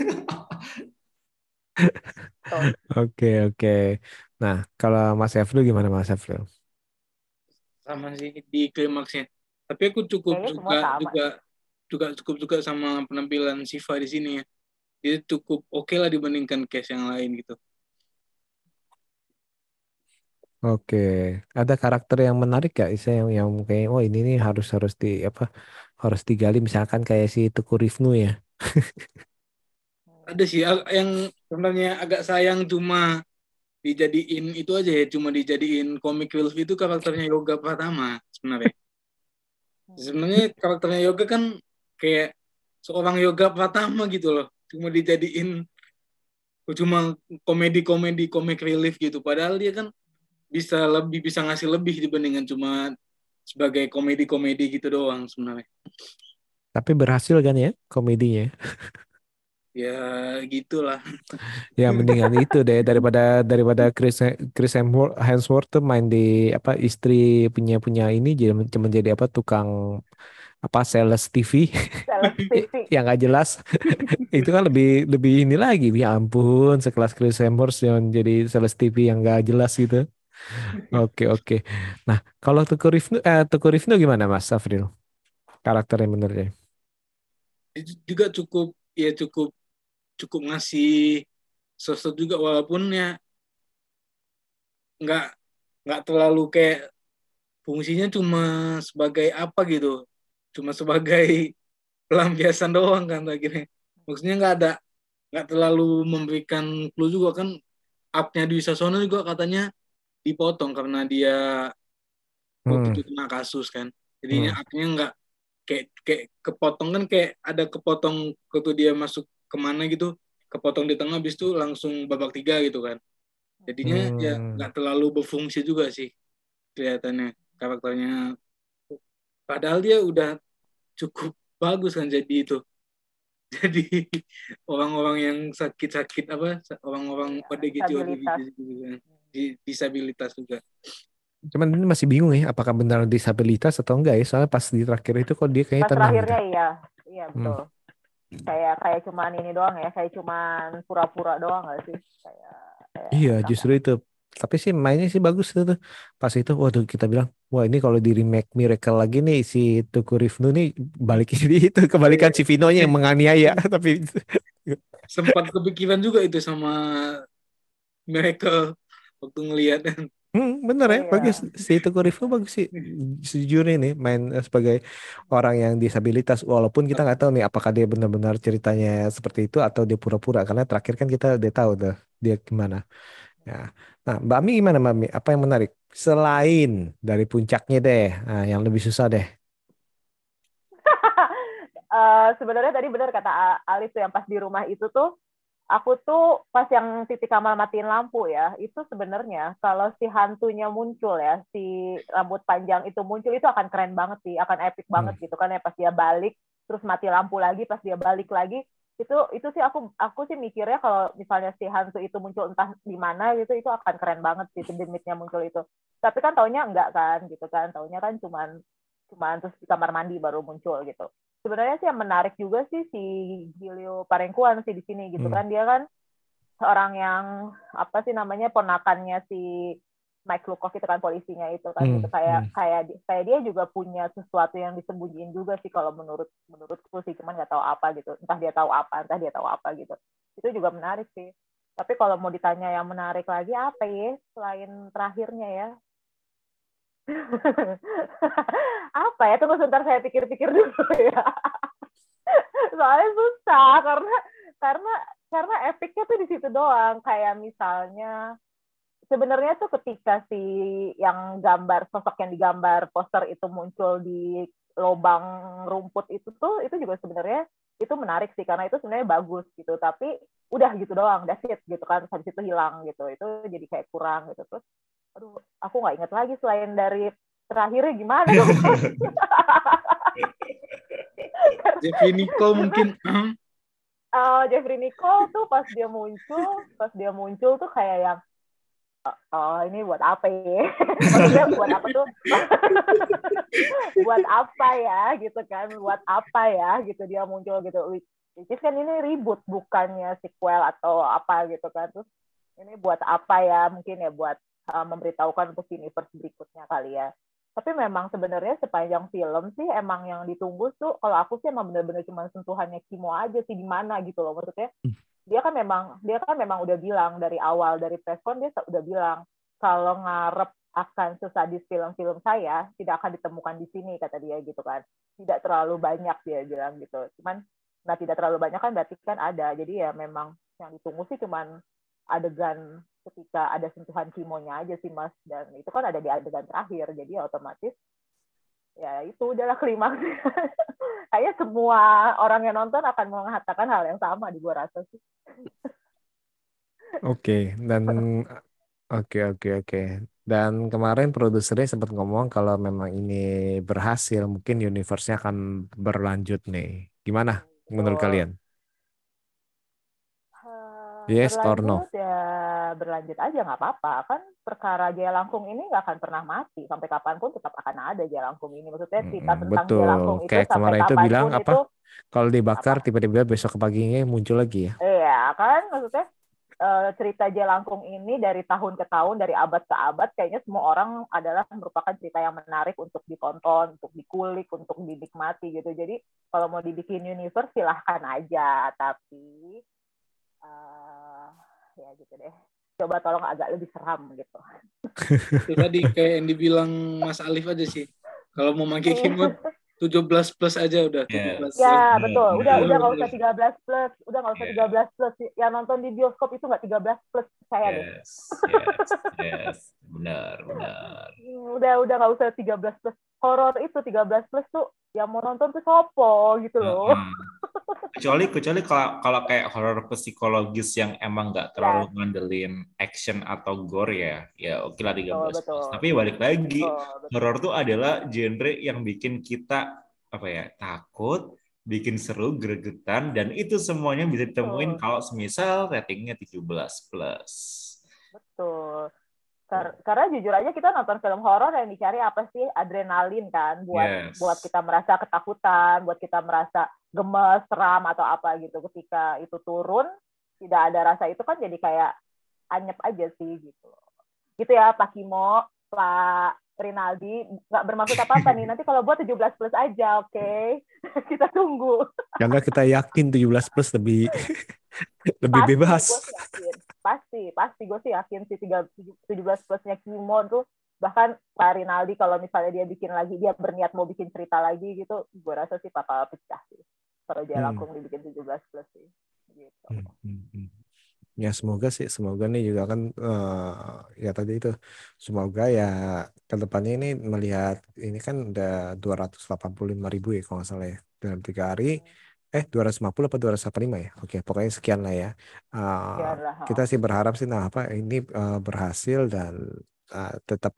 Betul. Oke, oke. Nah, kalau Mas Eflu gimana Mas Eflu? Sama sih di klimaksnya. Tapi aku cukup Kayaknya semua suka sama juga sih. juga cukup suka sama penampilan Siva di sini ya. Dia cukup oke lah dibandingkan case yang lain gitu. Oke, ada karakter yang menarik gak? Isa yang kayak oh ini nih harus harus di apa harus digali misalkan kayak si Teku Rifnu ya. Ada sih yang sebenarnya agak sayang cuma dijadiin itu aja ya, cuma dijadiin comic relief itu karakternya Yoga Pratama sebenarnya. Sebenarnya karakternya Yoga kan kayak seorang Yoga Pratama gitu loh, cuma dijadiin cuma komedi-komedi comic relief gitu. Padahal dia kan bisa ngasih lebih dibandingkan cuma sebagai komedi-komedi gitu doang sebenarnya. Tapi berhasil kan ya komedinya. Ya gitulah. Ya mendingan itu deh daripada Chris Hemsworth tuh main di apa istri punya punya ini jadi cuma jadi apa tukang apa sales TV Sales TV. yang gak jelas. Itu kan lebih lebih ini lagi ya ampun sekelas Chris Hemsworth yang jadi sales TV yang gak jelas gitu. Oke, oke. Nah, kalau Teguh Rifnu gimana Mas Safril? Karakternya menurutnya. Itu juga cukup ya cukup cukup ngasih sosok juga walaupun ya nggak nggak terlalu kayak fungsinya cuma sebagai apa gitu, cuma sebagai pelampiasan doang kan akhirnya. maksudnya nggak terlalu memberikan clue juga kan. Up-nya Dwi Sasono juga katanya dipotong karena dia waktu Hmm. itu kena kasus kan. Jadinya Hmm. up-nya nggak kayak kepotong kan, kayak ada kepotong waktu dia masuk kemana gitu, kepotong di tengah habis itu langsung babak 3 gitu kan. Jadinya ya Hmm. nggak terlalu berfungsi juga sih kelihatannya karakternya. Padahal dia udah cukup bagus kan jadi itu. Jadi orang-orang yang sakit-sakit apa, orang-orang Disabilitas. ODGJ gitu kan, disabilitas juga. Cuman ini masih bingung ya, apakah benar disabilitas atau enggak ya? Soalnya pas di terakhir itu kok dia kayaknya Pas tenang gitu. terakhirnya iya Hmm. betul. Kayak cuman ini doang ya, kayak cuman pura-pura doang nggak sih? Kayak Iya, agak justru itu. Tapi sih mainnya sih bagus tuh. Pas itu, waduh kita bilang, wah ini kalau di remake Miracle lagi nih si Tuku Rifnu nih balik jadi itu Oh kebalikan iya. si Vinonya yang menganiaya. Tapi Sempat kepikiran juga itu sama Miracle waktu ngelihat. bener ya, bagus iya. si Tuku Rifnu bagus sih. Sejujurnya nih main sebagai orang yang disabilitas. Walaupun kita nggak tahu nih apakah dia benar-benar ceritanya seperti itu atau dia pura-pura. Karena terakhir kan kita udah tahu tuh dia gimana. Ya. Nah, Mbak Mi gimana Mbak Mi? Apa yang menarik? Selain dari puncaknya deh, nah, yang lebih susah deh. Sebenarnya tadi benar kata Alif tuh yang pas di rumah itu tuh, aku tuh pas yang titik Kamal matiin lampu ya, itu sebenarnya kalau si hantunya muncul ya, si rambut panjang itu muncul, itu akan keren banget sih, akan epic Hmm. banget gitu kan ya, pas dia balik terus mati lampu lagi, pas dia balik lagi, itu sih aku sih mikirnya kalau misalnya si hantu itu muncul entah di mana gitu, itu akan keren banget sih demitnya muncul itu. Tapi kan taunya enggak kan gitu kan, taunya kan cuman terus di kamar mandi baru muncul gitu. Sebenarnya sih yang menarik juga sih si Giulio Parengkuan sih di sini gitu Hmm. kan, dia kan orang yang apa sih namanya, ponakannya si Mike Lukov itu kan, polisinya itu kan Hmm. gitu, kayak Hmm. kayak dia juga punya sesuatu yang disembunyiin juga sih kalau menurutku sih, cuman nggak tahu apa gitu, entah dia tahu apa gitu. Itu juga menarik sih. Tapi kalau mau ditanya yang menarik lagi apa ya selain terakhirnya ya, apa ya, tunggu sebentar saya pikir-pikir dulu ya. Soalnya susah karena karena epicnya tuh di situ doang, kayak misalnya sebenarnya tuh ketika si yang gambar, sosok yang digambar poster itu muncul di lubang rumput itu juga sebenarnya itu menarik sih, karena itu sebenarnya bagus gitu, tapi udah gitu doang, that's it gitu kan, habis itu hilang gitu, itu jadi kayak kurang gitu. Terus aduh, aku nggak inget lagi selain dari terakhirnya gimana dong. Jeffrey Nicole mungkin. Jeffrey Nicole tuh pas dia muncul tuh kayak yang oh ini buat apa ya? Maksudnya buat apa tuh? Buat apa ya gitu kan? Buat apa ya gitu dia muncul gitu. Which is kan ini ribut, bukannya sequel atau apa gitu kan. Terus ini buat apa ya? Mungkin ya buat memberitahukan untuk universe berikutnya kali ya. Tapi memang sebenarnya sepanjang film sih emang yang ditunggu tuh, kalau aku sih emang bener-bener cuma sentuhannya Kimo aja sih, di mana gitu loh, maksudnya dia kan memang udah bilang dari awal, dari preskon dia udah bilang kalau ngarep akan sesadis film-film saya tidak akan ditemukan di sini, kata dia gitu kan. Tidak terlalu banyak, dia bilang gitu. Cuman nah tidak terlalu banyak kan berarti kan ada. Jadi ya memang yang ditunggu sih cuman adegan ketika ada sentuhan kimonya aja sih Mas, dan itu kan ada di adegan terakhir. Jadi ya otomatis ya itu udahlah klimaks. Kayaknya semua orang yang nonton akan mengatakan hal yang sama di gua rasa sih. Oke, dan oke. Dan kemarin produsernya sempat ngomong kalau memang ini berhasil, mungkin universe-nya akan berlanjut nih. Gimana menurut Betul. kalian? Yes or no? Berlanjut aja nggak apa-apa kan, perkara Jaya Langkung ini nggak akan pernah mati, sampai kapanpun tetap akan ada Jaya Langkung ini, maksudnya cerita tentang Jaya Betul. Langkung itu Kayak sampai kemarin itu bilang kapanpun apa? itu Kalau dibakar apa, tiba-tiba besok paginya muncul lagi ya. iya kan, maksudnya cerita Jaya Langkung ini dari tahun ke tahun, dari abad ke abad, kayaknya semua orang adalah merupakan cerita yang menarik untuk ditonton, untuk dikulik, untuk dinikmati gitu. Jadi kalau mau dibikin universe silahkan aja, tapi ya gitu deh, coba tolong agak lebih seram gitu. Itu tadi kayak yang dibilang Mas Alif aja sih. Kalau mau pakai keyboard 17 plus aja udah, Yes, 17 plus. Ya, benar, betul. Udah benar. nggak usah 13 plus. Udah nggak usah Yeah. 13 plus. Yang nonton di bioskop itu nggak 13 plus, saya deh. Yes, yes, yes, benar, benar. Udah nggak usah 13 plus. Horor itu 13 plus tuh yang mau nonton tuh sopo gitu loh. Heeh. Kecuali kalau kayak horor psikologis yang emang nggak terlalu Yes, ngandelin action atau gore ya, ya oke lah betul, 13 plus. betul. Tapi balik lagi, Betul, betul. horor tuh adalah genre yang bikin kita apa ya takut, bikin seru, gregetan, dan itu semuanya bisa ditemuin Betul. kalau semisal ratingnya 17 plus. Betul. Karena jujur aja kita nonton film horor yang dicari apa sih? Adrenalin kan, Yes. buat kita merasa ketakutan, buat kita merasa gemes, seram atau apa gitu. Ketika itu turun, tidak ada rasa itu kan jadi kayak anyep aja sih gitu. Gitu ya Pak Kimo, Pak Rinaldi, nggak bermaksud apa-apa nih. Nanti kalau buat 17 plus aja, oke? Kita tunggu. Karena kita yakin 17 plus lebih lebih Pasti, bebas. gue sih yakin. Pasti gue sih yakin sih 17 plusnya Kimo tuh, bahkan Pak Rinaldi kalau misalnya dia bikin lagi, dia berniat mau bikin cerita lagi gitu, gue rasa sih bakal pecah sih. Kalau dia langsung dibikin 17 plus sih. Gitu. Ya semoga nih juga kan ya tadi itu semoga ya ke depannya ini melihat ini kan udah 285.000 ya kalau nggak salah ya dalam 3 hari 250 apa 285 ya, oke pokoknya sekian lah ya. Sekian lah. Kita sih berharap sih ini berhasil dan tetap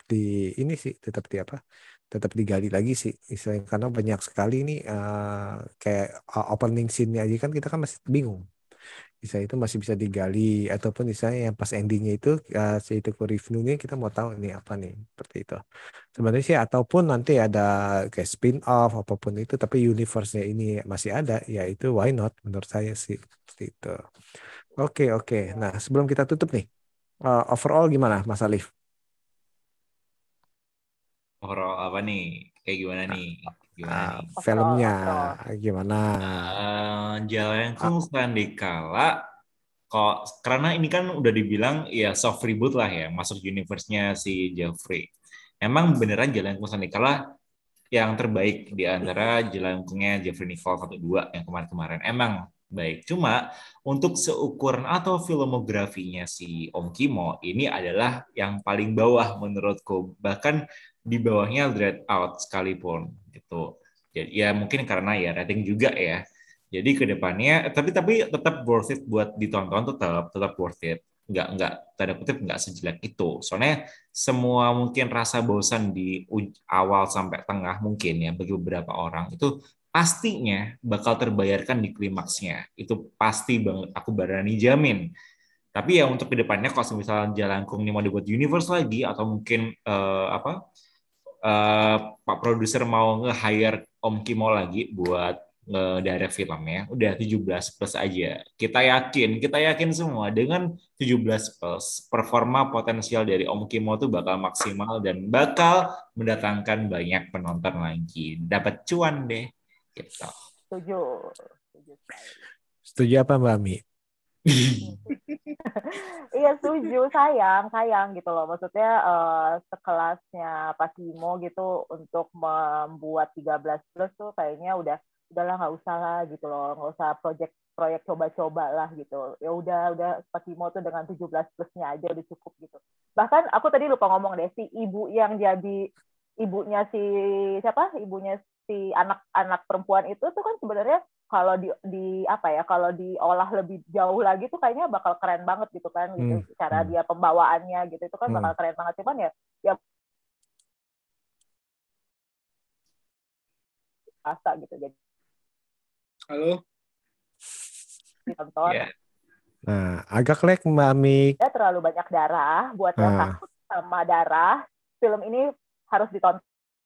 tetap digali lagi sih istilahnya, karena banyak sekali nih kayak opening scene-nya aja kan kita kan masih bingung. Bisa itu masih bisa digali ataupun misalnya yang pas endingnya itu itu ke reviewnya kita mau tahu ini apa nih seperti itu sebenarnya sih, ataupun nanti ada kayak spin off apapun itu tapi universe-nya ini masih ada ya itu why not menurut saya sih seperti itu. Oke. Nah sebelum kita tutup nih overall gimana Mas Alif? Horor apa nih? Kayak gimana nih? Gimana nih? Filmnya Overall. gimana? Jalangkung Sandikala kok karena ini kan udah dibilang ya soft reboot lah ya masuk universe-nya si Jeffrey. Emang beneran Jalangkung Sandikala yang terbaik di antara Jalangkungnya Jeffrey Nicole 1 2 yang kemarin-kemarin. Emang baik. Cuma untuk seukuran atau filmografinya si Om Kimo ini adalah yang paling bawah menurutku. Bahkan di bawahnya Dread Out sekalipun gitu. Jadi ya mungkin karena ya rating juga ya. Jadi ke depannya tapi tetap worth it buat ditonton, tetap worth it. Nggak tanda kutip nggak sejelek itu. Soalnya semua mungkin rasa bosan di awal sampai tengah mungkin ya bagi beberapa orang itu pastinya bakal terbayarkan di klimaksnya. Itu pasti banget, aku berani jamin. Tapi ya untuk kedepannya kalau misalnya Jalangkung ini mau dibuat universe lagi atau mungkin Pak produser mau nge-hire Om Kimo lagi buat ngedirect filmnya, udah 17 plus aja. Kita yakin semua dengan 17 plus performa potensial dari Om Kimo tuh bakal maksimal dan bakal mendatangkan banyak penonton lagi. Dapat cuan deh. Gitu. Setuju. Setuju apa Mbak Mi? Iya setuju, sayang gitu loh. Maksudnya sekelasnya Pak Kimo gitu untuk membuat 13 plus tuh kayaknya udahlah nggak usah lah gitu loh, nggak usah proyek coba-coba lah gitu. Ya udah Pak Kimo tuh dengan 17 plusnya aja udah cukup gitu. Bahkan aku tadi lupa ngomong deh, si ibu yang jadi ibunya si siapa? Ibunya si anak perempuan itu tuh kan sebenarnya kalau kalau diolah lebih jauh lagi tuh kayaknya bakal keren banget gitu kan gitu cara dia pembawaannya gitu itu kan bakal keren banget, cuman ya rasa gitu jadi Halo. ditonton. Yeah. Nah agak lag Mbak Mi. Ya terlalu banyak darah buat yang takut sama darah, film ini harus ditonton.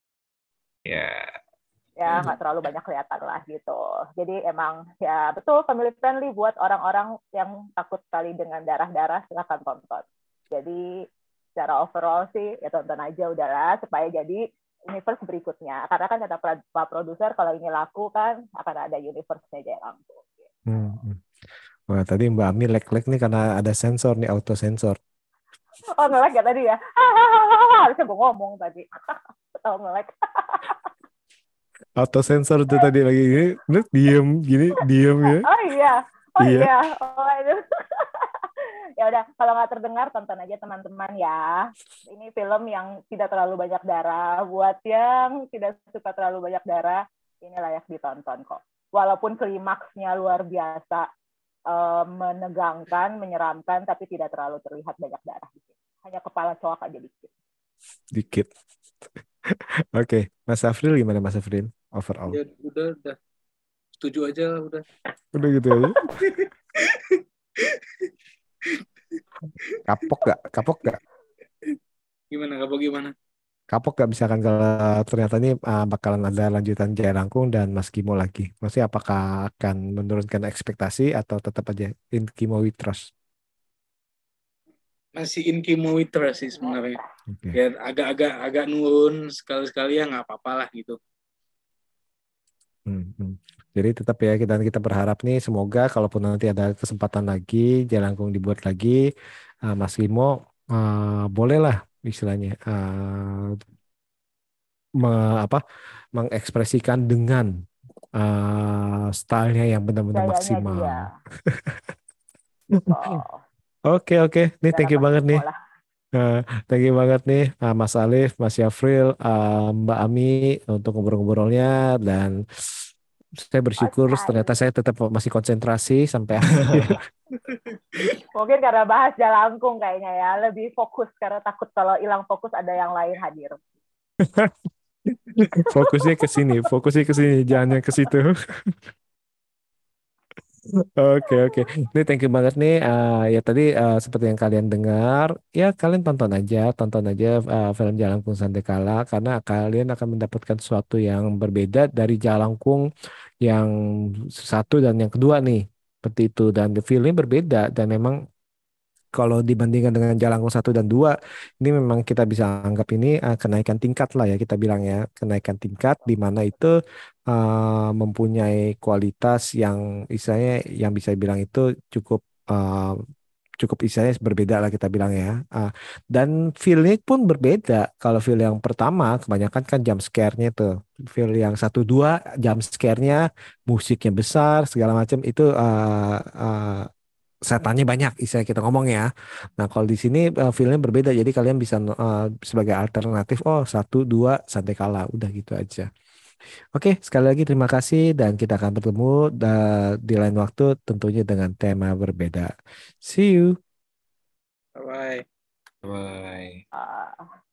Ya nggak terlalu banyak kelihatan lah gitu. Jadi emang ya betul family friendly buat orang-orang yang takut sekali dengan darah-darah, silakan tonton. Jadi secara overall sih ya tonton aja udahlah supaya jadi universe berikutnya. Karena kan kata Pak Produser kalau ini laku kan akan ada universe-nya Jalangkung. Wah tadi Mbak Ami lag nih karena ada sensor nih, auto sensor. Oh nge-lag ya tadi ya? Harusnya gue ngomong tadi. Tahu nge-lag. auto sensor tuh tadi lagi gini, diem gini, diem ya. Oh iya, oh Iya. iya, oh itu. Ya udah, kalau nggak terdengar tonton aja teman-teman ya. Ini film yang tidak terlalu banyak darah. Buat yang tidak suka terlalu banyak darah, ini layak ditonton kok. Walaupun klimaksnya luar biasa, menegangkan, menyeramkan, tapi tidak terlalu terlihat banyak darah. Hanya kepala cowok aja dikit. Dikit. Oke, Mas Afril gimana Mas Afril? Overall. Ya udah setuju aja lah, udah. Udah gitu aja. Kapok gak? Kapok gak? Gimana kabar gimana? Kapok gak misalkan kalau ternyata ini bakalan ada lanjutan Jaya Langkung dan Mas Kimo lagi? Maksudnya apakah akan menurunkan ekspektasi atau tetap aja in Kimo we trust? Masih in Kimo Witra sih sebenarnya. Oke. Ya agak nurun sekali-sekali ya nggak apa-apa lah gitu. Hmm. Jadi tetap ya kita berharap nih semoga kalaupun nanti ada kesempatan lagi Jaya Langkung dibuat lagi, Mas Kimo bolehlah istilahnya apa mengekspresikan dengan stylenya yang benar-benar Gayanya dia. maksimal. Oh, Oke. Nih thank dalam you Mas banget Kimo nih. lah. Thank you banget nih Mas Alif, Mas Yafril, Mbak Ami untuk ngobrol-ngobrolnya dan saya bersyukur Okay. ternyata saya tetap masih konsentrasi sampai akhir. Mungkin karena bahas Jalangkung kayaknya ya, lebih fokus karena takut kalau hilang fokus ada yang lain hadir. Fokusnya ke sini, jangan yang ke situ. Oke. Ini thank you banget nih. Ya tadi seperti yang kalian dengar, ya kalian tonton aja film Jalangkung Sandekala karena kalian akan mendapatkan sesuatu yang berbeda dari Jalangkung yang satu dan yang kedua nih. Seperti itu dan filmnya berbeda dan memang kalau dibandingkan dengan Jalangkung satu dan 2, ini memang kita bisa anggap ini kenaikan tingkat lah ya kita bilang ya, kenaikan tingkat di mana itu mempunyai kualitas yang istilahnya yang bisa bilang itu cukup uh, cukup istilahnya berbeda lah kita bilang ya. Dan feel-nya pun berbeda. Kalau feel yang pertama kebanyakan kan jump scare-nya tuh. Feel yang satu dua jump scare-nya, musiknya besar segala macam itu setannya banyak istilah kita ngomong ya. Nah kalau di sini filmnya berbeda jadi kalian bisa sebagai alternatif satu dua santai kala udah gitu aja. Oke sekali lagi terima kasih dan kita akan bertemu di lain waktu tentunya dengan tema berbeda. See you. Bye. Bye. Uh,